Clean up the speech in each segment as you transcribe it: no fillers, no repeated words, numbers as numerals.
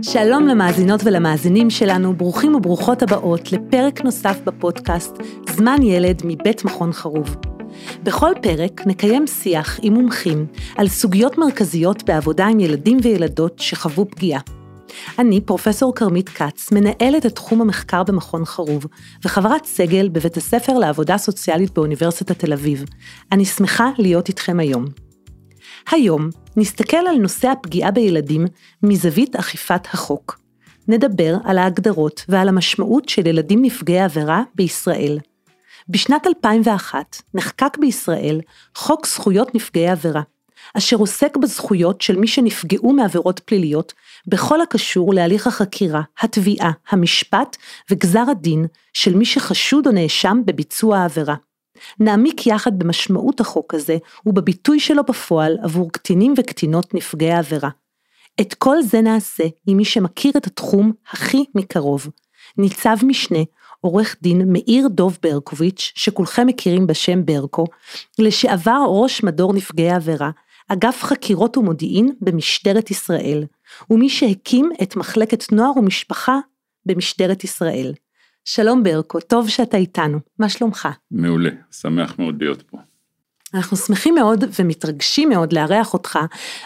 שלום למאזינות ולמאזינים שלנו, ברוכים וברוכות הבאות לפרק נוסף בפודקאסט זמן ילד מבית מכון חרוב. בכל פרק נקיים שיח עם מומחים על סוגיות מרכזיות בעבודה עם ילדים וילדות שחוו פגיעה. אני, פרופסור קרמית קץ, מנהלת את תחום המחקר במכון חרוב, וחברת סגל בבית הספר לעבודה סוציאלית באוניברסיטת תל אביב. אני שמחה להיות איתכם היום. היום נסתכל על נושא הפגיעה בילדים מזווית אכיפת החוק. נדבר על ההגדרות ועל המשמעות של ילדים נפגעי עבירה בישראל. בשנת 2001 נחקק בישראל חוק זכויות נפגעי עבירה, אשר עוסק בזכויות של מי שנפגעו מעבירות פליליות, בכל הקשור להליך החקירה, התביעה, המשפט וגזר הדין של מי שחשוד או נאשם בביצוע העבירה. נעמיק יחד במשמעות החוק הזה ובביטוי שלו בפועל עבור קטינים וקטינות נפגעי העבירה. את כל זה נעשה עם מי שמכיר את התחום הכי מקרוב. ניצב משנה, עורך דין מאיר דוב ברקוביץ', שכולכם מכירים בשם ברקו, לשעבר ראש מדור נפגעי עבירה, אגף חקירות ומודיעין במשטרת ישראל, ומי שהקים את מחלקת נוער ומשפחה במשטרת ישראל. שלום ברקו, טוב שאתה איתנו, מה שלומך? מעולה, שמח מאוד להיות פה. אנחנו שמחים מאוד ומתרגשים מאוד לארח אותך,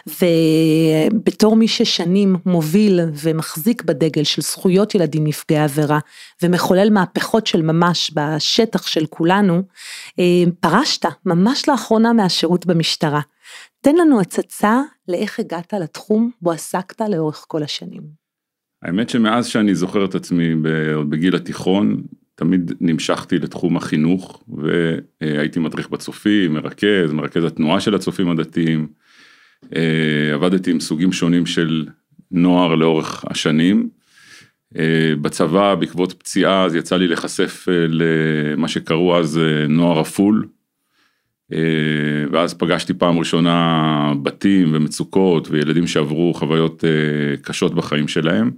ובתור מי ששנים מוביל ומחזיק בדגל של זכויות ילדים נפגעי עבירה, ומחולל מהפכות של ממש בשטח של כולנו, פרשת ממש לאחרונה מהשירות במשטרה. תן לנו הצצה לאיך הגעת לתחום בו עסקת לאורך כל השנים. האמת שמאז שאני זוכר את עצמי בגיל התיכון, תמיד נמשכתי לתחום החינוך, והייתי מדריך בצופים, מרכז התנועה של הצופים הדתיים, עבדתי עם סוגים שונים של נוער לאורך השנים, בצבא בעקבות פציעה אז יצא לי לחשף למה שקראו אז נוער אפול, ואז פגשתי פעם ראשונה בתים ומצוקות וילדים שעברו חוויות קשות בחיים שלהם,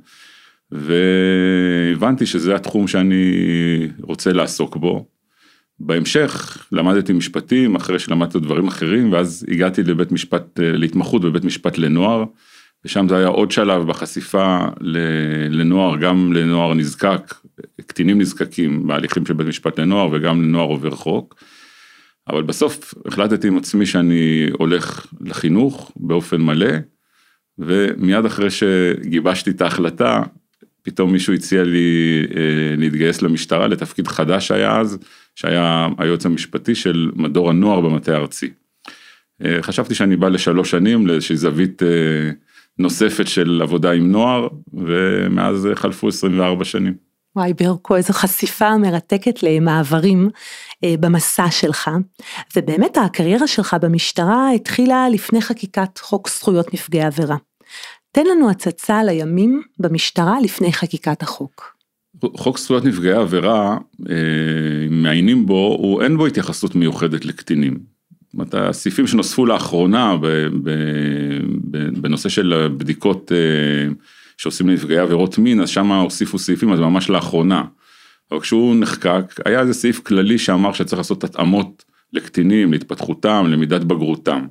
והבנתי שזה התחום שאני רוצה לעסוק בו. בהמשך למדתי משפטים אחרי שלמדתי דברים אחרים, ואז הגעתי לבית משפט, להתמחות בבית משפט לנוער, ושם זה היה עוד שלב בחשיפה לנוער, גם לנוער נזקק, קטינים נזקקים בהליכים של בית משפט לנוער, וגם לנוער עובר חוק. אבל בסוף החלטתי עם עצמי שאני הולך לחינוך באופן מלא, ומיד אחרי שגיבשתי את ההחלטה, פתאום מישהו הציע לי להתגייס למשטרה, לתפקיד חדש היה אז, שהיה היועץ המשפטי של מדור הנוער במטה הארצי. חשבתי שאני בא ל3 שנים, לאיזושהי זווית נוספת של עבודה עם נוער, ומאז חלפו 24 שנים. וואי ברקו, איזו חשיפה מרתקת למעברים במסע שלך, ובאמת הקריירה שלך במשטרה התחילה לפני חקיקת חוק זכויות נפגעי עבירה. תן לנו הצצה על הימים במשטרה לפני חקיקת החוק. חוק זכויות נפגעי עבירה, מעיינים בו, אין בו התייחסות מיוחדת לקטינים. זאת אומרת, הסעיפים שנוספו לאחרונה בנושא של בדיקות שעושים לנפגעי עבירות מין, אז שם הוסיפו סעיפים, אז ממש לאחרונה. אבל כשהוא נחקק, היה איזה סעיף כללי שאמר שצריך לעשות התאמות לקטינים, להתפתחותם, למידת בגרותם.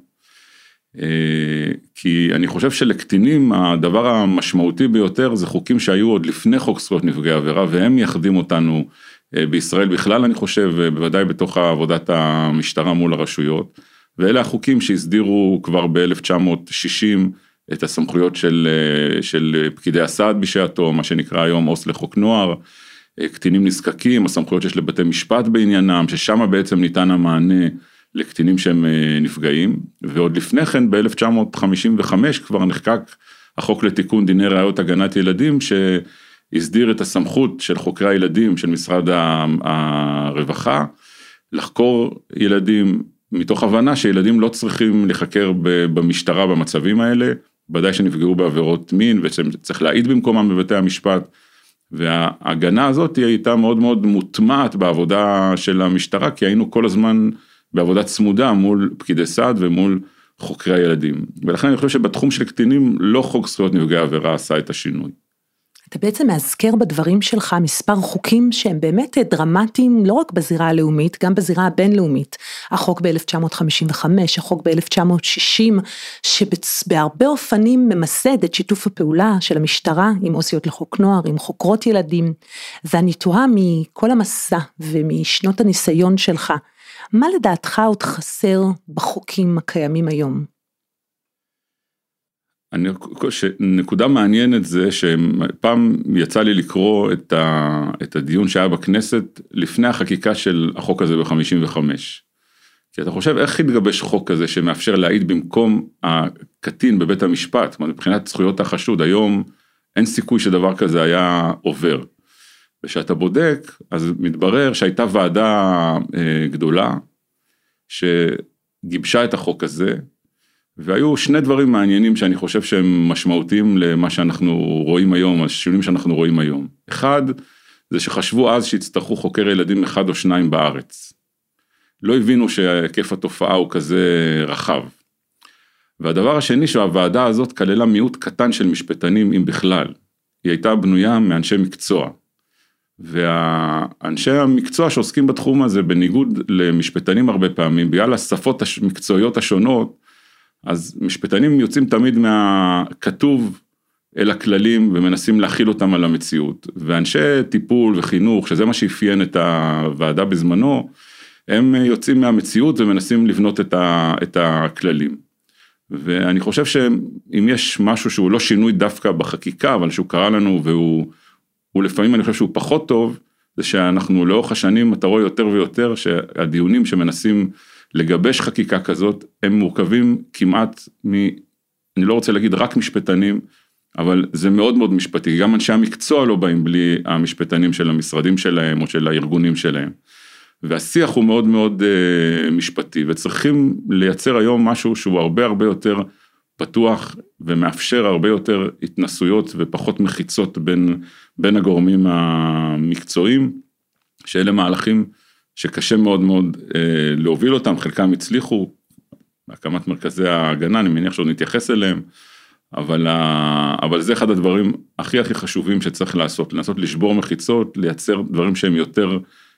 כי אני חושב שלקטינים, הדבר המשמעותי ביותר, זה חוקים שהיו עוד לפני חוק זכויות נפגעי עבירה, והם יחדים אותנו בישראל בכלל, אני חושב, בוודאי בתוך עבודת המשטרה מול הרשויות, ואלה החוקים שהסדירו כבר ב-1960, את הסמכויות של פקידי הסעד בשעתו, מה שנקרא היום עו"ס לחוק נוער, קטינים נזקקים, הסמכויות שיש לבתי משפט בעניינם, ששם בעצם ניתן המענה לקטינים שהם נפגעים, ועוד לפני כן ב-1955 כבר נחקק החוק לתיקון דיני ראיות הגנת ילדים, שהסדיר את הסמכות של חוקרי הילדים של משרד הרווחה, לחקור ילדים מתוך הבנה שילדים לא צריכים לחקר במשטרה במצבים האלה, ודאי שנפגעו בעבירות מין, וצריך להעיד במקומם בבתי המשפט, וההגנה הזאת היא הייתה מאוד מאוד מוטמעת בעבודה של המשטרה, כי היינו כל הזמן בעבודה צמודה מול פקידי סעד ומול חוקרי הילדים. ולכן אני חושב שבתחום של קטינים, לא חוק זכויות נפגעי עבירה עשה את השינוי. אתה בעצם מאזכר בדברים שלך מספר חוקים שהם באמת דרמטיים, לא רק בזירה הלאומית, גם בזירה הבינלאומית. החוק ב-1955, החוק ב-1960, שבהרבה אופנים ממסד את שיתוף הפעולה של המשטרה עם עו"סיות לחוק נוער, עם חוקרות ילדים, ואני תוהה מכל המסע ומשנות הניסיון שלך, מה לדעתך עוד חסר בחוקים הקיימים היום? נקודה מעניינת זה שפעם יצא לי לקרוא את הדיון שהיה בכנסת לפני החקיקה של החוק הזה ב-55. כי אתה חושב איך יתגבש חוק כזה שמאפשר להעיד במקום הקטין בבית המשפט, מבחינת זכויות החשוד, היום אין סיכוי שדבר כזה היה עובר. ושאתה בודק, אז מתברר שהייתה ועדה גדולה שגיבשה את החוק הזה, והיו שני דברים מעניינים שאני חושב שהם משמעותיים למה שאנחנו רואים היום, השינויים שאנחנו רואים היום. אחד, זה שחשבו אז שיצטרכו חוקר ילדים אחד או שניים בארץ. לא הבינו שהיקף התופעה הוא כזה רחב. והדבר השני שהוועדה הזאת כללה מיעוט קטן של משפטנים, אם בכלל. היא הייתה בנויה מאנשי מקצוע. והאנשי המקצוע שעוסקים בתחום הזה, בניגוד למשפטנים הרבה פעמים, בגלל השפות המקצועיות השונות, אז משפטנים יוצאים תמיד מהכתוב אל הכללים, ומנסים להכיל אותם על המציאות. ואנשי טיפול וחינוך, שזה מה שאפיין את הוועדה בזמנו, הם יוצאים מהמציאות ומנסים לבנות את הכללים. ואני חושב שאם יש משהו שהוא לא שינוי דווקא בחקיקה, אבל שהוא קרה לנו והוא לפעמים אני חושב שהוא פחות טוב, זה שאנחנו לאורך השנים, אתה רואה יותר ויותר שהדיונים שמנסים לגבש חקיקה כזאת, הם מורכבים כמעט אני לא רוצה להגיד רק משפטנים, אבל זה מאוד מאוד משפטי, גם אנשי המקצוע לא באים בלי המשפטנים של המשרדים שלהם או של הארגונים שלהם. והשיח הוא מאוד מאוד משפטי, וצריכים לייצר היום משהו שהוא הרבה הרבה יותר פתוח, ומאפשר הרבה יותר התנסויות ופחות מחיצות בין הגורמים המקצועיים, שאלה מהלכים שקשה מאוד מאוד להוביל אותם, חלקם הצליחו, הקמת מרכזי ההגנה, אני מניח שעוד נתייחס אליהם, אבל זה אחד הדברים הכי הכי חשובים שצריך לעשות, לנסות לשבור מחיצות, לייצר דברים שהם יותר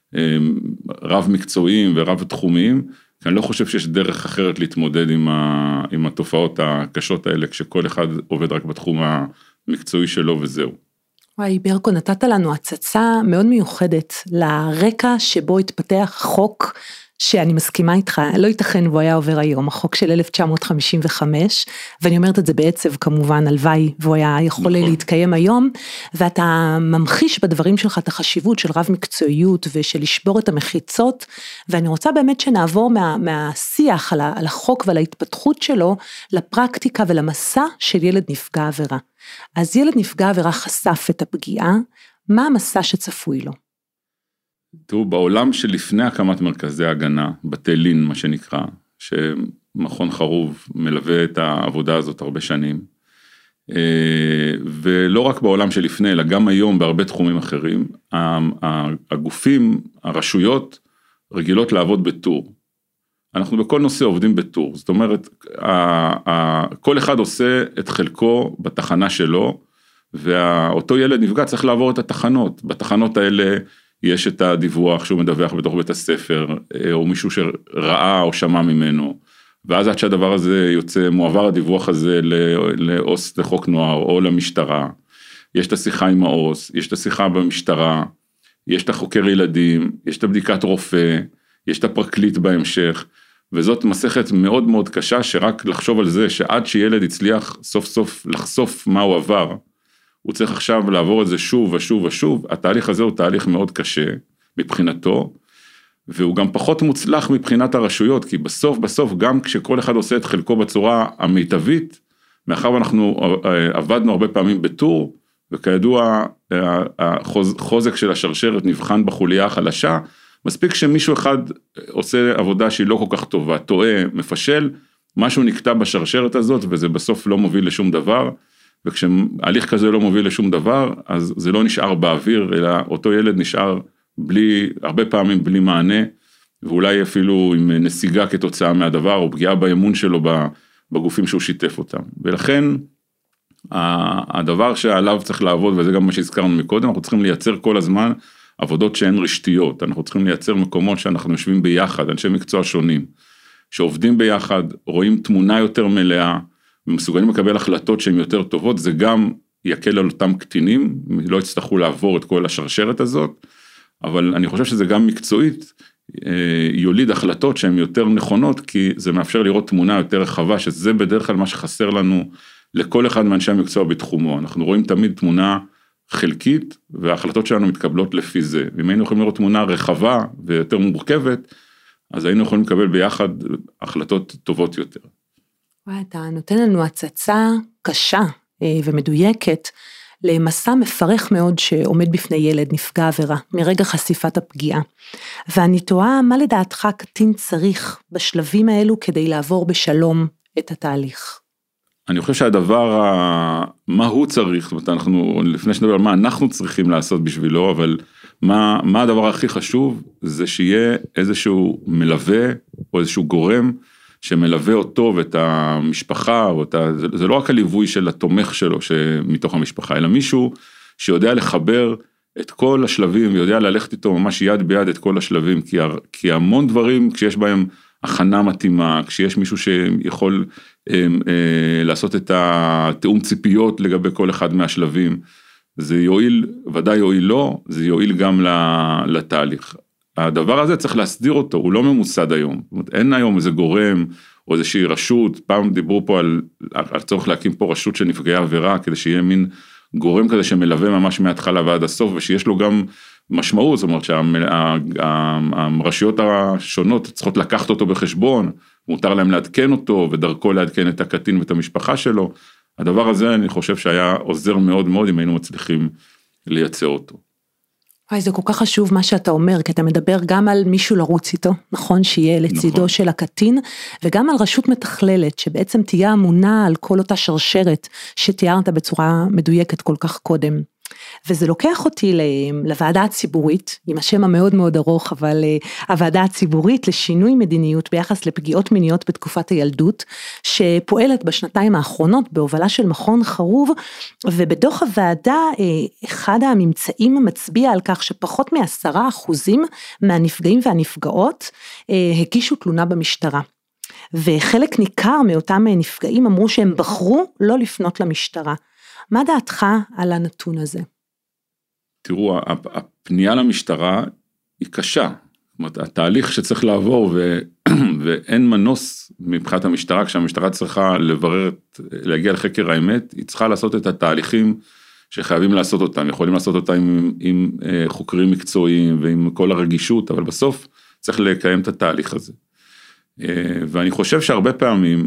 רב מקצועיים ורב תחומיים, כי אני לא חושב שיש דרך אחרת להתמודד עם התופעות הקשות האלה, כשכל אחד עובד רק בתחום המקצועי שלו וזהו. וואי, ברקו, נתת לנו הצצה מאוד מיוחדת לרקע שבו התפתח חוק שאני מסכימה איתך, לא ייתכן והוא היה עובר היום, החוק של 1955, ואני אומרת את זה בעצב כמובן, הלוואי, והוא היה יכול להתקיים היום, ואתה ממחיש בדברים שלך את החשיבות של רב מקצועיות, ושל לשבור את המחיצות, ואני רוצה באמת שנעבור מהשיח על החוק ועל ההתפתחות שלו, לפרקטיקה ולמסע של ילד נפגע עבירה. אז ילד נפגע עבירה חשף את הפגיעה, מה המסע שצפוי לו? תראו, בעולם שלפני הקמת מרכזי ההגנה, בתי לין מה שנקרא, שמכון חרוב מלווה את העבודה הזאת הרבה שנים, ולא רק בעולם שלפני, אלא גם היום בהרבה תחומים אחרים, הגופים, הרשויות, רגילות לעבוד בטור. אנחנו בכל נושא עובדים בטור, זאת אומרת, כל אחד עושה את חלקו בתחנה שלו, ואותו ילד נפגע צריך לעבור את התחנות, בתחנות האלה, יש את הדיווח שהוא מדווח בתוך בית הספר, או מישהו שראה או שמע ממנו, ואז עד שהדבר הזה יוצא, מועבר הדיווח הזה לעו"ס לחוק נוער, או למשטרה, יש את השיחה עם העו"ס, יש את השיחה במשטרה, יש את החוקר ילדים, יש את הבדיקת רופא, יש את הפרקליט בהמשך, וזאת מסכת מאוד מאוד קשה, שרק לחשוב על זה, שעד שילד הצליח סוף סוף לחשוף מה הוא עבר, הוא צריך עכשיו לעבור את זה שוב ושוב ושוב, התהליך הזה הוא תהליך מאוד קשה מבחינתו, והוא גם פחות מוצלח מבחינת הרשויות, כי בסוף גם כשכל אחד עושה את חלקו בצורה המיטבית, מאחר ואנחנו עבדנו הרבה פעמים בטור, וכידוע החוזק של השרשרת נבחן בחוליה החלשה, מספיק שמישהו אחד עושה עבודה שהיא לא כל כך טובה, טועה, מפשל, משהו נקטע בשרשרת הזאת, וזה בסוף לא מוביל לשום דבר, וכשהליך כזה לא מוביל לשום דבר, אז זה לא נשאר באוויר, אלא אותו ילד נשאר הרבה פעמים בלי מענה, ואולי אפילו עם נסיגה כתוצאה מהדבר, או פגיעה באמון שלו בגופים שהוא שיתף אותם. ולכן, הדבר שעליו צריך לעבוד, וזה גם מה שהזכרנו מקודם, אנחנו צריכים לייצר כל הזמן עבודות שהן רשתיות, אנחנו צריכים לייצר מקומות שאנחנו יושבים ביחד, אנשי מקצוע שונים, שעובדים ביחד, רואים תמונה יותר מלאה, ומסוגלים לקבל החלטות שהן יותר טובות, זה גם יקל על אותם קטינים, לא יצטרכו לעבור את כל השרשרת הזאת, אבל אני חושב שזה גם מקצועית, יוליד החלטות שהן יותר נכונות, כי זה מאפשר לראות תמונה יותר רחבה, שזה בדרך כלל מה שחסר לנו לכל אחד מאנשי המקצוע בתחומו. אנחנו רואים תמיד תמונה חלקית, וההחלטות שלנו מתקבלות לפי זה. ואם היינו יכולים לראות תמונה רחבה ויותר מורכבת, אז היינו יכולים לקבל ביחד החלטות טובות יותר. אתה נותן לנו הצצה קשה ומדויקת, למסע מפרך מאוד שעומד בפני ילד נפגע עבירה, מרגע חשיפת הפגיעה. ואני תוהה, מה לדעתך קטין צריך בשלבים האלו, כדי לעבור בשלום את התהליך? אני חושב שהדבר, מה הוא צריך, זאת אומרת, אנחנו, לפני שנדבר על מה אנחנו צריכים לעשות בשבילו, אבל מה הדבר הכי חשוב, זה שיהיה איזשהו מלווה, או איזשהו גורם, שמלווה אותו ואת המשפחה, זה לא רק הליווי של התומך שלו מתוך המשפחה, אלא מישהו שיודע לחבר את כל השלבים, ויודע ללכת איתו ממש יד ביד את כל השלבים, כי המון דברים, כשיש בהם הכנה מתאימה, כשיש מישהו שיכול לעשות את התאום ציפיות לגבי כל אחד מהשלבים, זה יועיל, ודאי יועיל לו, זה יועיל גם לתהליך. הדבר הזה צריך להסדיר אותו, הוא לא ממוסד היום, זאת אומרת, אין היום איזה גורם או איזושהי רשות, פעם דיברו פה על צורך להקים פה רשות של נפגעי עבירה, כדי שיהיה מין גורם כזה שמלווה ממש מההתחלה ועד הסוף, ושיש לו גם משמעות, זאת אומרת שהרשויות השונות צריכות לקחת אותו בחשבון, מותר להם לעדכן אותו, ודרכו לעדכן את הקטין ואת המשפחה שלו, הדבר הזה אני חושב שהיה עוזר מאוד מאוד, אם היינו מצליחים לייצר אותו. זה כל כך חשוב מה שאתה אומר, כי אתה מדבר גם על מישהו לרוץ איתו, נכון, שיהיה לצידו של הקטין, וגם על רשות מתכללת, שבעצם תהיה אמונה על כל אותה שרשרת, שתיארת בצורה מדויקת כל כך קודם. וזה לוקח אותי לוועדה הציבורית, עם השם המאוד מאוד ארוך, אבל הוועדה הציבורית לשינוי מדיניות ביחס לפגיעות מיניות בתקופת הילדות, שפועלת בשנתיים האחרונות בהובלה של מכון חרוב, ובדוח הוועדה אחד הממצאים מצביע על כך שפחות מ10% מהנפגעים והנפגעות הגישו תלונה במשטרה. וחלק ניכר מאותם נפגעים אמרו שהם בחרו לא לפנות למשטרה. מה דעתך על הנתון הזה? תראו, הפנייה למשטרה היא קשה, זאת אומרת, התהליך שצריך לעבור ואין מנוס מבחינת המשטרה, כשהמשטרה צריכה להגיע לחקר האמת, היא צריכה לעשות את התהליכים שחייבים לעשות אותם, יכולים לעשות אותם עם חוקרים מקצועיים ועם כל הרגישות, אבל בסוף צריך לקיים את התהליך הזה. ואני חושב שהרבה פעמים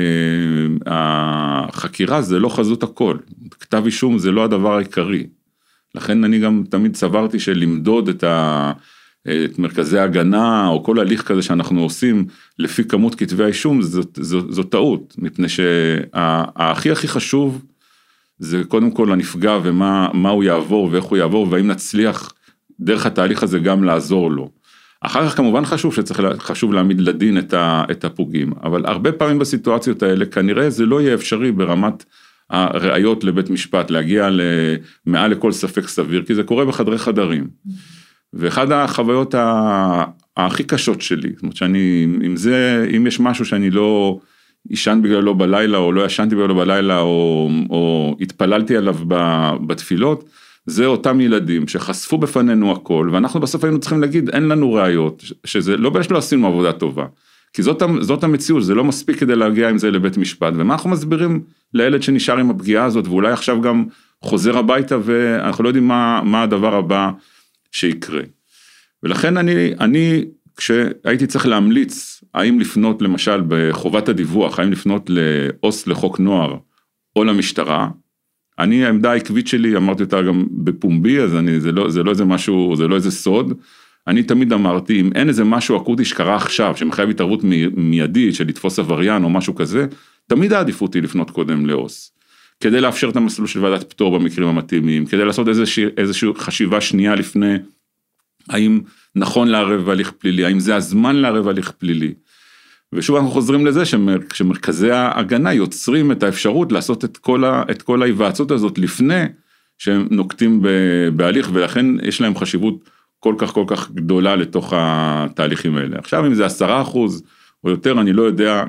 החקירה זה לא חזות הכל, כתב אישום זה לא הדבר העיקרי, לכן אני גם תמיד סברתי שלמדוד את מרכזי ההגנה או כל הליך כזה שאנחנו עושים לפי כמות כתבי האישום זו טעות, מפני שהכי חשוב זה קודם כל הנפגע ומה הוא יעבור ואיך הוא יעבור, והאם נצליח דרך התהליך הזה גם לעזור לו. אחר כך כמובן חשוב להעמיד לדין את הפוגעים, אבל הרבה פעמים בסיטואציות האלה, כנראה זה לא יהיה אפשרי ברמת הראיות לבית משפט, להגיע מעל לכל ספק סביר, כי זה קורה בחדרי חדרים. ואחד החוויות הכי קשות שלי, זאת אומרת שאני, אם יש משהו שאני לא ישן בגללו בלילה, או לא ישנתי בגללו בלילה, או התפללתי עליו בתפילות, זה אותם ילדים שחשפו בפנינו הכל, ואנחנו בסוף היינו צריכים להגיד, אין לנו ראיות, שזה לא בעצם לא עשינו עבודה טובה, כי זאת המציאות, זה לא מספיק כדי להגיע עם זה לבית משפט, ומה אנחנו מסבירים לילד שנשאר עם הפגיעה הזאת, ואולי עכשיו גם חוזר הביתה, ואנחנו לא יודעים מה הדבר הבא שיקרה. ולכן אני כשהייתי צריך להמליץ, האם לפנות למשל בחובת הדיווח, האם לפנות לעו"ס לחוק נוער, או למשטרה, העמדה העקבית שלי, אמרתי אותה גם בפומבי, אז זה לא איזה משהו, זה לא איזה סוד, אני תמיד אמרתי, אם אין איזה משהו אקוטי שקרה עכשיו, שמחייב התערבות מיידית, של לתפוס עבריין או משהו כזה, תמיד העדיפות היא לפנות קודם לעו"ס, כדי לאפשר את המסלול של ועדת פטור במקרים המתאימים, כדי לעשות איזושהי חשיבה שנייה לפני, האם נכון לערב בהליך פלילי, האם זה הזמן לערב בהליך פלילי, ושוב אנחנו חוזרים לזה שמרכזי ההגנה יוצרים את האפשרות לעשות את כל ההיוועצות הזאת לפני שהם נוקטים בהליך, ולכן יש להם חשיבות כל כך גדולה לתוך התהליכים האלה. עכשיו אם זה 10% או יותר, אני לא יודע,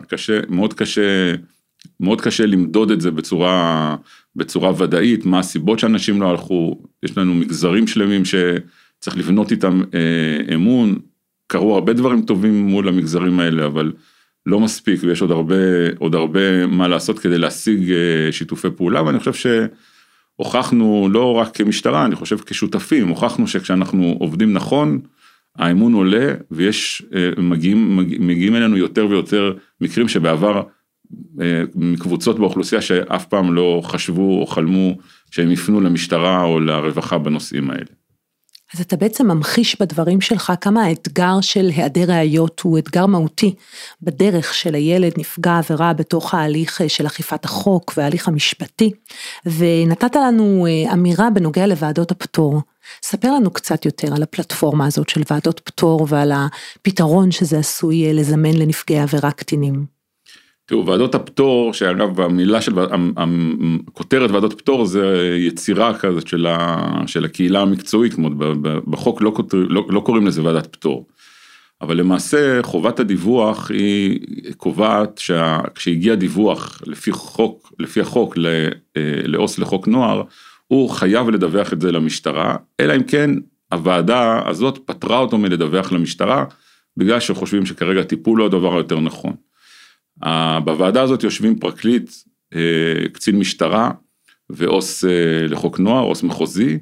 מאוד קשה למדוד את זה בצורה ודאית, מה הסיבות שאנשים לא הלכו, יש לנו מגזרים שלמים שצריך לבנות איתם אמון, קרו הרבה דברים טובים מול המגזרים האלה, אבל לא מספיק, ויש עוד הרבה מה לעשות כדי להשיג שיתופי פעולה, ואני חושב שהוכחנו לא רק כמשטרה, אני חושב כשותפים, הוכחנו שכשאנחנו עובדים נכון, האמון עולה, ויש, מגיעים אלינו יותר ויותר מקרים שבעבר, מקבוצות באוכלוסייה שאף פעם לא חשבו או חלמו שהם יפנו למשטרה או לרווחה בנושאים האלה. אז אתה בעצם ממחיש בדברים שלך כמה האתגר של היעדר ראיות הוא אתגר מהותי בדרך של הילד נפגע עבירה בתוך ההליך של אכיפת החוק וההליך המשפטי, ונתת לנו אמירה בנוגע לוועדות הפטור. ספר לנו קצת יותר על הפלטפורמה הזאת של ועדות פטור ועל הפתרון שזה עשוי לזמן לנפגעי עבירה קטינים. תראו, ועדות הפטור, שאגב, המילה של, כותרת ועדות פטור, זה יצירה כזאת של הקהילה המקצועית, כמו בחוק לא קוראים לזה ועדת פטור. אבל למעשה, חובת הדיווח היא קובעת כשהגיע דיווח לפי החוק לעו"ס לחוק נוער, הוא חייב לדווח את זה למשטרה, אלא אם כן הוועדה הזאת פטרה אותו מלדווח למשטרה, בגלל שחושבים שכרגע טיפול הוא הדבר היותר נכון. בוועדה הזאת יושבים פרקליט, קצין משטרה, ועו"ס לחוק נוער, עו"ס מחוזי,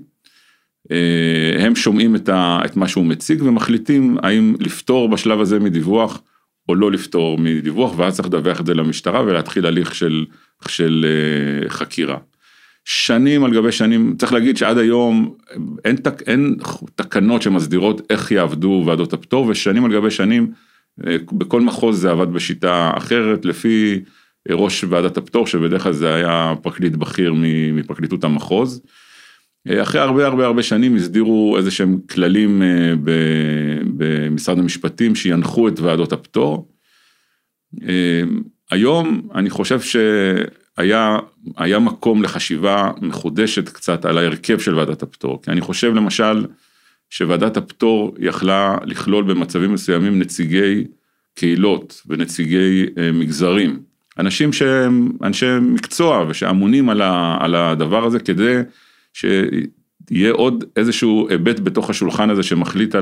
הם שומעים את מה שהוא מציג, ומחליטים האם לפתור בשלב הזה מדיווח, או לא לפתור מדיווח, ואז צריך לדווח את זה למשטרה, ולהתחיל הליך של חקירה. שנים על גבי שנים, צריך להגיד שעד היום, אין תקנות שמסדירות איך יעבדו ועדות הפטור, ושנים על גבי שנים, בכל מחוז זה עבד בשיטה אחרת, לפי ראש ועדת הפטור, שבדרך כלל זה היה פרקליט בכיר מפרקליטות המחוז. אחרי הרבה שנים הסדירו איזה שהם כללים במשרד המשפטים, שינחו את ועדות הפטור. היום אני חושב שהיה מקום לחשיבה מחודשת קצת על ההרכב של ועדת הפטור, כי אני חושב למשל, שוועדת הפטור יכלה לכלול במצבים מסוימים נציגי קהילות ונציגי מגזרים, אנשים שהם אנשי מקצוע ושאמונים על הדבר הזה, כדי שיהיה עוד איזשהו היבט בתוך השולחן הזה שמחליט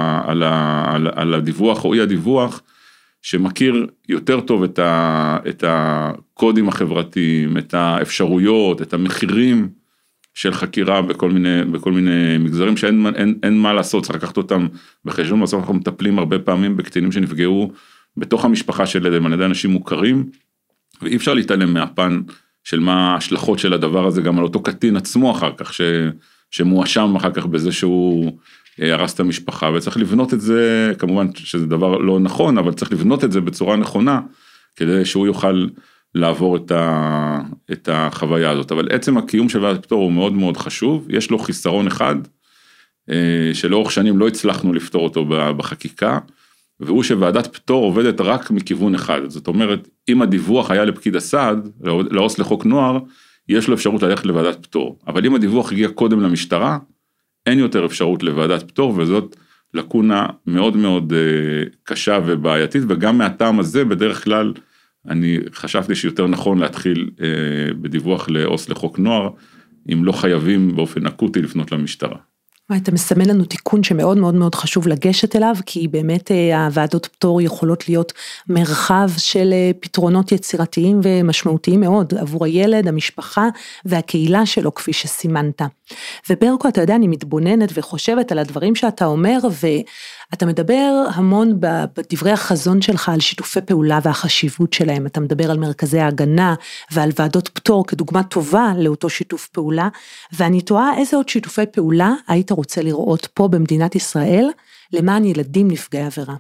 על הדיווח או אי הדיווח, שמכיר יותר טוב את הקודים החברתיים, את האפשרויות, את המחירים, של חקירה בכל מיני מגזרים שאין מה לעשות, צריך לקחת אותם בחשבון. בסוף אנחנו מטפלים הרבה פעמים בקטינים שנפגעו בתוך המשפחה שלהם, על ידי אנשים מוכרים, ואי אפשר להתעלם מהפן של מה ההשלכות של הדבר הזה, גם על אותו קטין עצמו אחר כך, שמואשם אחר כך בזה שהוא הרס את המשפחה, וצריך לבנות את זה, כמובן שזה דבר לא נכון, אבל צריך לבנות את זה בצורה נכונה, כדי שהוא יוכל לעבור את החוויה הזאת. אבל עצם הקיום של ועדת פטור הוא מאוד מאוד חשוב, יש לו חיסרון אחד, שלאורך שנים לא הצלחנו לפתור אותו בחקיקה, והוא שוועדת פטור עובדת רק מכיוון אחד. זאת אומרת, אם הדיווח היה לפקיד הסעד, לעו"ס לחוק נוער, יש לו אפשרות ללכת לוועדת פטור. אבל אם הדיווח הגיע קודם למשטרה, אין יותר אפשרות לוועדת פטור, וזאת לקונה מאוד מאוד קשה ובעייתית, וגם מהטעם הזה בדרך כלל, אני חשבתי שיותר נכון להתחיל בדיווח לעו"ס לחוק נוער, אם לא חייבים באופן אקוטי לפנות למשטרה. אתה מסמן לנו תיקון שמאוד מאוד מאוד חשוב לגשת אליו, כי באמת הוועדות פטור יכולות להיות מרחב של פתרונות יצירתיים ומשמעותיים מאוד, עבור הילד, המשפחה והקהילה שלו, כפי שסימנת. וברקו, אתה יודע, אני מתבוננת וחושבת על הדברים שאתה אומר, ואתה מדבר המון בדברי החזון שלך על שיתופי פעולה והחשיבות שלהם, אתה מדבר על מרכזי ההגנה ועל ועדות פטור כדוגמה טובה לאותו שיתוף פעולה, ואני תוהה איזה עוד שיתופי פעולה היית רוצה לראות פה במדינת ישראל, למען ילדים נפגעי עבירה.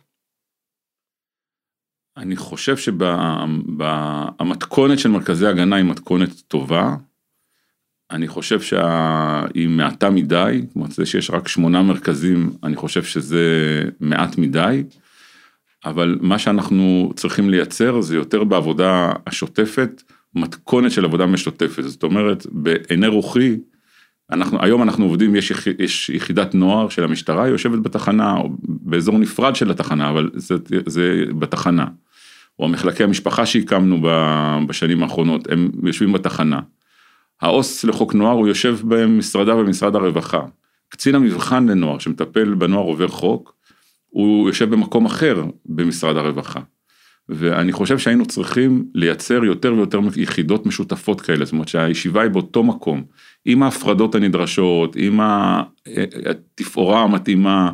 אני חושב שהמתכונת של מרכזי ההגנה היא מתכונת טובה, אני חושב שהיא מעטה מדי, כמו זה שיש רק 8 מרכזים, אני חושב שזה מעט מדי, אבל מה שאנחנו צריכים לייצר זה יותר בעבודה השוטפת, מתכונת של עבודה משותפת, זאת אומרת, בעיני רוחי, היום אנחנו עובדים, יש יחידת נוער של המשטרה, היא יושבת בתחנה, או באזור נפרד של התחנה, אבל זה בתחנה, או המחלקי המשפחה שהקמנו בשנים האחרונות, הם יושבים בתחנה. העו"ס לחוק נוער, הוא יושב במשרדה במשרד הרווחה. קצין המבחן לנוער, שמטפל בנוער עובר חוק, הוא יושב במקום אחר במשרד הרווחה. ואני חושב שהיינו צריכים לייצר יותר ויותר יחידות משותפות כאלה, זאת אומרת שהישיבה היא באותו מקום, עם ההפרדות הנדרשות, עם התפאורה המתאימה,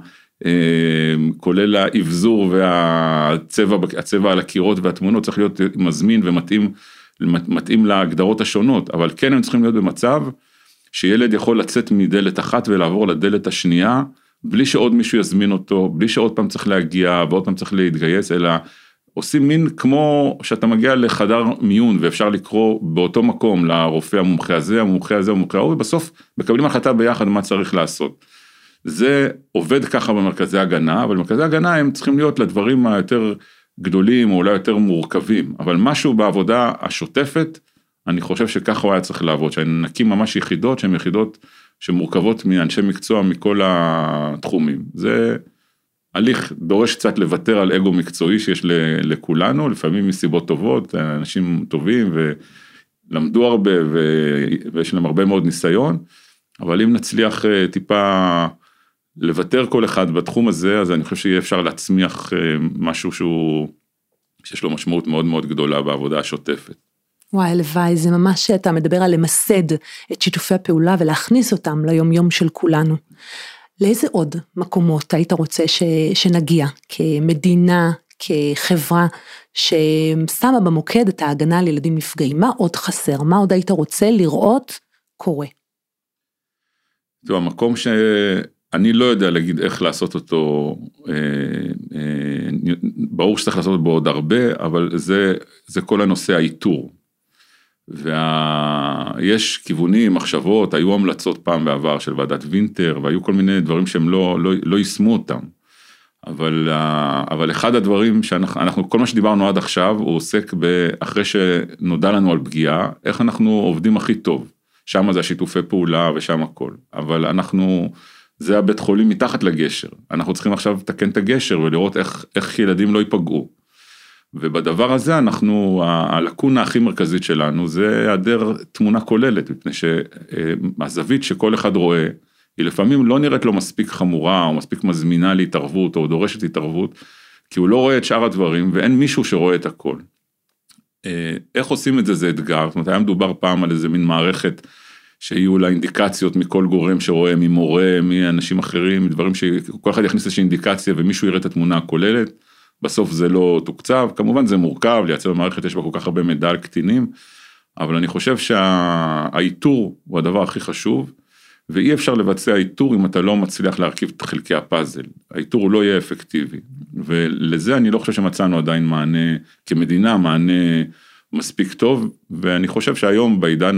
כולל האבזור והצבע על הקירות והתמונות, צריך להיות מזמין ומתאים להגדרות השונות, אבל כן הם צריכים להיות במצב, שילד יכול לצאת מדלת אחת ולעבור לדלת השנייה, בלי שעוד מישהו יזמין אותו, בלי שעוד פעם צריך להגיע, ועוד פעם צריך להתגייס, אלא עושים מין כמו שאתה מגיע לחדר מיון, ואפשר לקרוא באותו מקום לרופא המומחה הזה, המומחה הזה, המומחה ההוא, ובסוף מקבלים החלטה ביחד מה צריך לעשות. זה עובד ככה במרכזי הגנה, אבל במרכזי הגנה הם צריכים להיות לדברים היותר גדולים, או אולי יותר מורכבים, אבל משהו בעבודה השוטפת, אני חושב שככה הוא היה צריך לעבוד, שנקים ממש יחידות, שהן יחידות שמורכבות מאנשי מקצוע מכל התחומים. זה הליך דורש קצת לוותר על אגו מקצועי שיש לכולנו, לפעמים מסיבות טובות, אנשים טובים ולמדו הרבה ויש להם הרבה מאוד ניסיון, אבל אם נצליח טיפה לוותר כל אחד בתחום הזה, אז אני חושב שיהיה אפשר להצמיח משהו שיש לו משמעות מאוד מאוד גדולה בעבודה השוטפת. וואי, לוואי, זה ממש שאתה מדבר על למסד את שיתופי הפעולה ולהכניס אותם ליום יום של כולנו. לאיזה עוד מקומות היית רוצה שנגיע כמדינה, כחברה, ששמה במוקד את ההגנה על ילדים נפגעים? מה עוד חסר? מה עוד היית רוצה לראות קורה? זהו, המקום שאני לא יודע להגיד איך לעשות אותו, ברור שצריך לעשות בו עוד הרבה, אבל זה כל הנושא האיתור. ויש כיוונים, מחשבות, היו המלצות פעם בעבר של ועדת וינטר, והיו כל מיני דברים שהם לא יישמו אותם. אבל אחד הדברים שאנחנו, כל מה שדיברנו עד עכשיו, הוא עוסק אחרי שנודע לנו על פגיעה, איך אנחנו עובדים הכי טוב. שם זה השיתופי פעולה ושם הכל. אבל זה הבית חולים מתחת לגשר. אנחנו צריכים עכשיו לתקן את הגשר ולראות איך ילדים לא ייפגעו. ובדבר הזה הלקונה הכי מרכזית שלנו, זה היעדר תמונה כוללת, מפני שהזווית שכל אחד רואה, היא לפעמים לא נראית לו מספיק חמורה, או מספיק מזמינה להתערבות, או דורשת התערבות, כי הוא לא רואה את שאר הדברים, ואין מישהו שרואה את הכל. איך עושים את זה? זה אתגר, זאת אומרת, היה מדובר פעם על איזה מין מערכת, שיהיו לה אינדיקציות מכל גורם שרואה, ממורה, מאנשים אחרים, דברים שכל אחד יכניס איזושהי אינדיקציה, ומישהו יראה את התמונה הכוללת, בסוף זה לא תוקצב, כמובן זה מורכב, לייצר במערכת יש בה כל כך הרבה מידע על קטינים, אבל אני חושב שהאיתור הוא הדבר הכי חשוב, ואי אפשר לבצע איתור אם אתה לא מצליח להרכיב את חלקי הפאזל, האיתור הוא לא יהיה אפקטיבי, ולזה אני לא חושב שמצאנו עדיין מענה, כמדינה מענה מספיק טוב, ואני חושב שהיום בעידן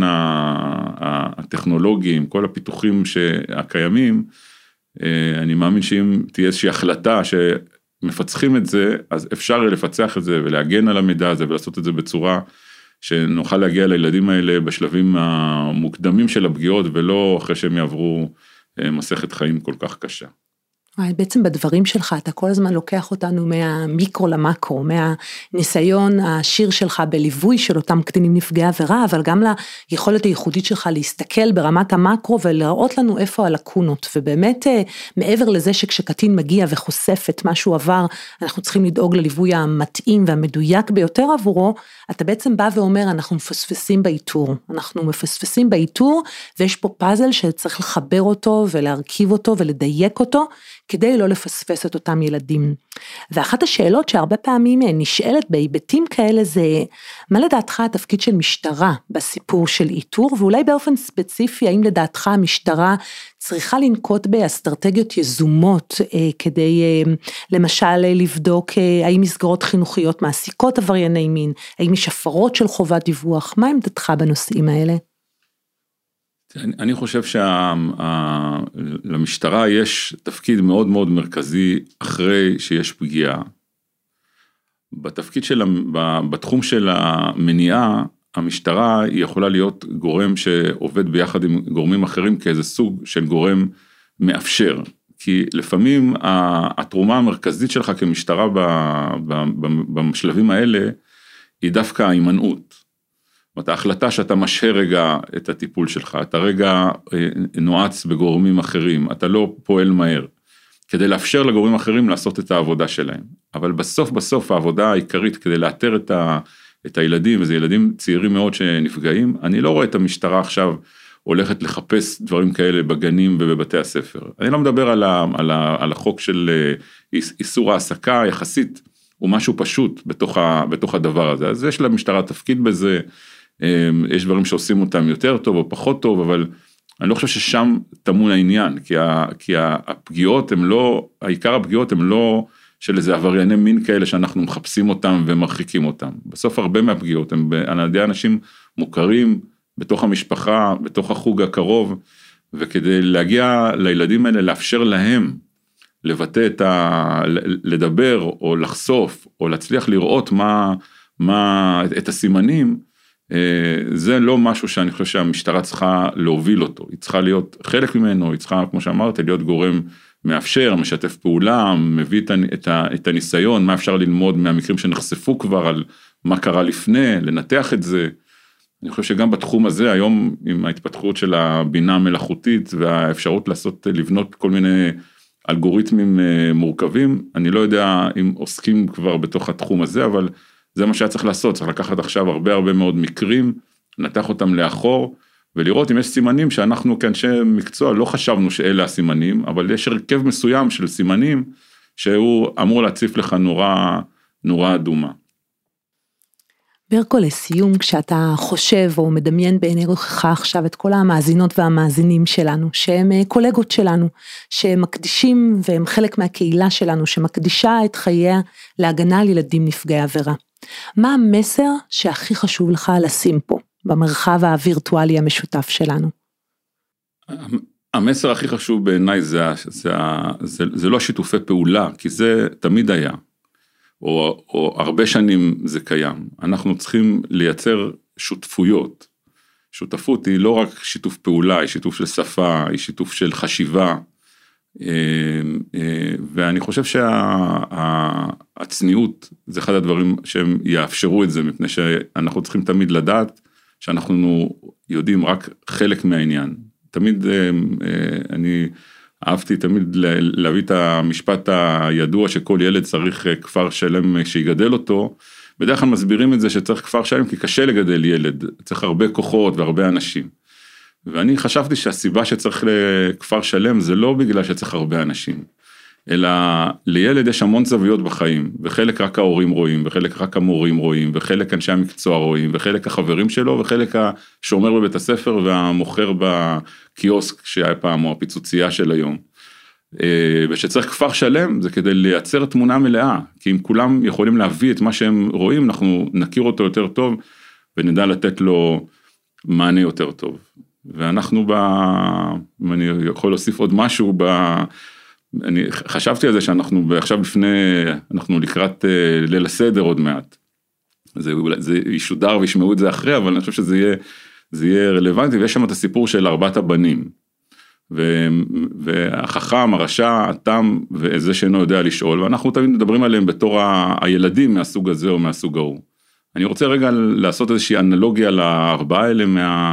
הטכנולוגי, עם כל הפיתוחים הקיימים, אני מאמין שאם תהיה איזושהי החלטה מפצחים את זה, אז אפשר לפצח את זה ולהגן על המידע הזה ולעשות את זה בצורה שנוכל להגיע לילדים האלה בשלבים המוקדמים של הפגיעות ולא אחרי שהם יעברו מסכת חיים כל כך קשה. בעצם בדברים שלך אתה כל הזמן לוקח אותנו מהמיקרו למקרו, מהניסיון העשיר שלך בליווי של אותם קטינים נפגעי עבירה, אבל גם ליכולת הייחודית שלך להסתכל ברמת המקרו ולראות לנו איפה הלקונות, ובאמת מעבר לזה שכשקטין מגיע וחושף את מה שהוא עבר, אנחנו צריכים לדאוג לליווי המתאים והמדויק ביותר עבורו, אתה בעצם בא ואומר אנחנו מפספסים באיתור, ויש פה פאזל שצריך לחבר אותו ולהרכיב אותו ולדייק אותו, כדי לא לפספס את אותם ילדים. ואחת השאלות שהרבה פעמים נשאלת בהיבטים כאלה זה, מה לדעתך התפקיד של משטרה בסיפור של איתור, ואולי באופן ספציפי, האם לדעתך המשטרה צריכה לנקוט באסטרטגיות יזומות, כדי למשל לבדוק האם מסגרות חינוכיות מעסיקות עברייני מין, האם יש הפרות של חובת דיווח, מה עמדתך בנושאים האלה? אני חושב שלמשטרה יש תפקיד מאוד מאוד מרכזי אחרי שיש פגיעה, בתחום של המניעה, המשטרה היא יכולה להיות גורם שעובד ביחד עם גורמים אחרים, כאיזה סוג של גורם מאפשר, כי לפעמים התרומה המרכזית שלך כמשטרה בשלבים האלה, היא דווקא ההימנעות. זאת אומרת, ההחלטה שאתה משהה רגע את הטיפול שלך, אתה רגע נועץ בגורמים אחרים, אתה לא פועל מהר, כדי לאפשר לגורמים אחרים לעשות את העבודה שלהם. אבל בסוף העבודה העיקרית כדי לאתר את הילדים, וזה ילדים צעירים מאוד שנפגעים, אני לא רואה את המשטרה עכשיו הולכת לחפש דברים כאלה בגנים ובבתי הספר. אני לא מדבר על החוק של איסור העסקה, יחסית הוא משהו פשוט בתוך הדבר הזה. אז יש למשטרה תפקיד בזה, יש דברים שעושים אותם יותר טוב או פחות טוב, אבל אני לא חושב ששם טמון העניין, כי הפגיעות הם לא, העיקר הפגיעות הם לא של איזה עברייני מין כאלה שאנחנו מחפשים אותם ומרחיקים אותם. בסוף הרבה מהפגיעות הם על ידי אנשים מוכרים בתוך המשפחה, בתוך החוג הקרוב, וכדי להגיע לילדים האלה, לאפשר להם לבטא לדבר או לחשוף, או להצליח לראות את הסימנים, זה לא משהו שאני חושב שהמשטרה צריכה להוביל אותו, היא צריכה להיות חלק ממנו, היא צריכה, כמו שאמרתי, להיות גורם מאפשר, משתף פעולה, מביא את הניסיון, מה אפשר ללמוד מהמקרים שנחשפו כבר על מה קרה לפני, לנתח את זה. אני חושב שגם בתחום הזה, היום עם ההתפתחות של הבינה המלאכותית, והאפשרות לבנות כל מיני אלגוריתמים מורכבים, אני לא יודע אם עוסקים כבר בתוך התחום הזה, אבל זה מה שהיה צריך לעשות, צריך לקחת עכשיו הרבה מאוד מקרים, לנתח אותם לאחור, ולראות אם יש סימנים שאנחנו כאנשי מקצוע לא חשבנו שאלה הסימנים, אבל יש הרכב מסוים של סימנים, שהוא אמור להציף לך נורה אדומה. ברקו, לסיום, כשאתה חושב או מדמיין בעיני רוחך עכשיו את כל המאזינות והמאזינים שלנו, שהם קולגות שלנו, שמקדישים והם חלק מהקהילה שלנו, שמקדישה את חייה להגנה על ילדים נפגעי עבירה. מה המסר שהכי חשוב לך לשים פה, במרחב הווירטואלי המשותף שלנו? המסר הכי חשוב בעיניי זה לא שיתופי פעולה, כי זה תמיד היה. או הרבה שנים זה קיים, אנחנו צריכים לייצר שותפויות, שותפות היא לא רק שיתוף פעולה, היא שיתוף של שפה, היא שיתוף של חשיבה, ואני חושב שהצניעות זה אחד הדברים שהם יאפשרו את זה, מפני שאנחנו צריכים תמיד לדעת שאנחנו יודעים רק חלק מהעניין, תמיד אני אהבתי תמיד להביא את המשפט הידוע שכל ילד צריך כפר שלם שיגדל אותו, בדרך כלל מסבירים את זה שצריך כפר שלם כי קשה לגדל ילד, צריך הרבה כוחות והרבה אנשים, ואני חשבתי שהסיבה שצריך לכפר שלם זה לא בגלל שצריך הרבה אנשים, אלא לילד יש המון זוויות בחיים, וחלק רק ההורים רואים, וחלק רק המורים רואים, וחלק אנשי המקצוע רואים, וחלק החברים שלו, וחלק השומר בבית הספר, והמוכר בקיוסק שהיה פעם, או הפיצוצייה של היום. ושצריך כפר שלם, זה כדי לייצר תמונה מלאה, כי אם כולם יכולים להביא את מה שהם רואים, אנחנו נכיר אותו יותר טוב, ונדע לתת לו מענה יותר טוב. ואנחנו אם אני יכול להוסיף עוד משהו אני חשבתי על זה שאנחנו עכשיו אנחנו לקראת ליל הסדר עוד מעט, זה ישודר וישמעו את זה אחרי, אבל אני חושב שזה יהיה רלוונטי, ויש שם את הסיפור של 4 הבנים, והחכם, הרשע, התם, וזה שאינו יודע לשאול, ואנחנו תמיד מדברים עליהם בתור הילדים מהסוג הזה או מהסוג ההוא. אני רוצה רגע לעשות איזושהי אנלוגיה ל4 האלה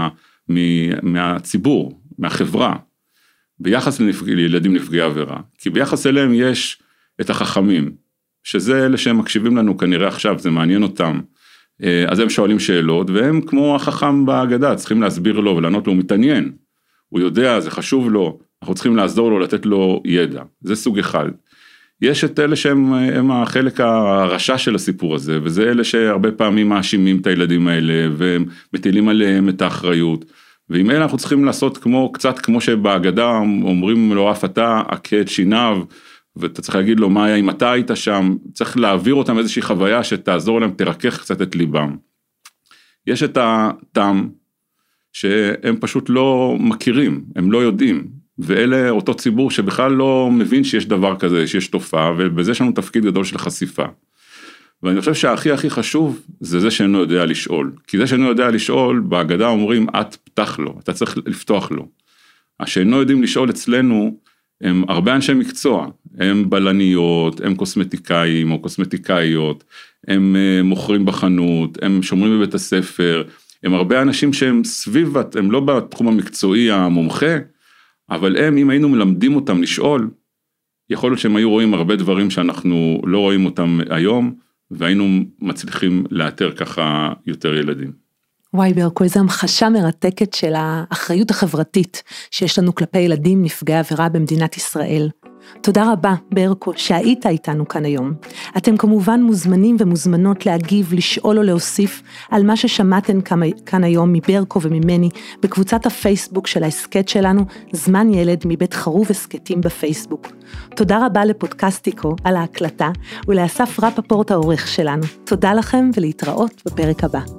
מהציבור, מהחברה, ביחס לילדים נפגעי עבירה, כי ביחס אליהם יש את החכמים, שזה אלה שהם מקשיבים לנו כנראה עכשיו, זה מעניין אותם, אז הם שואלים שאלות, והם כמו החכם בהגדה, צריכים להסביר לו ולענות לו, הוא מתעניין, הוא יודע, זה חשוב לו, אנחנו צריכים לעזור לו, לתת לו ידע, זה סוג אחד. יש את אלה שהם החלק הרשע של הסיפור הזה, וזה אלה שהרבה פעמים מאשימים את הילדים האלה, והם מטילים עליהם את האחריות, ועם אלה אנחנו צריכים לעשות קצת כמו שבהגדה אומרים לו אף אתה, עקה את שיניו, ואתה צריך להגיד לו מה היה אם אתה היית שם, צריך להעביר אותם איזושהי חוויה שתעזור להם, תרכך קצת את ליבם. יש את התם שהם פשוט לא מכירים, הם לא יודעים, ואלה אותו ציבור שבכלל לא מבין שיש דבר כזה, שיש תופעה, ובזה יש לנו תפקיד גדול של חשיפה. ואני חושב שהכי חשוב זה שאינו יודע לשאול. כי זה שאינו יודע לשאול, בהגדה אומרים, את פתח לו, אתה צריך לפתוח לו. שאינו יודעים לשאול אצלנו, הם הרבה אנשי מקצוע, הם בלניות, הם קוסמטיקאים או קוסמטיקאיות, הם מוכרים בחנות, הם שומרים בבית הספר, הם הרבה אנשים שהם סביב, הם לא בתחום המקצועי המומחה, אבל הם, אם היינו מלמדים אותם לשאול, יכול להיות שהם היו רואים הרבה דברים שאנחנו לא רואים אותם היום, והיינו מצליחים לאתר ככה יותר ילדים. וואי ברקו, איזו המחשה מרתקת של האחריות החברתית שיש לנו כלפי ילדים נפגעי עבירה במדינת ישראל. תודה רבה ברקו שהיית איתנו כאן היום. אתם כמובן מוזמנים ומוזמנות להגיב, לשאול או להוסיף על מה ששמעתם כאן היום מברקו וממני בקבוצת הפייסבוק של ההסקט שלנו, זמן ילד מבית חרוב הסקטים בפייסבוק. תודה רבה לפודקאסטיקו על ההקלטה ולאסף רפפורט העורך שלנו. תודה לכם ולהתראות בפרק הבא.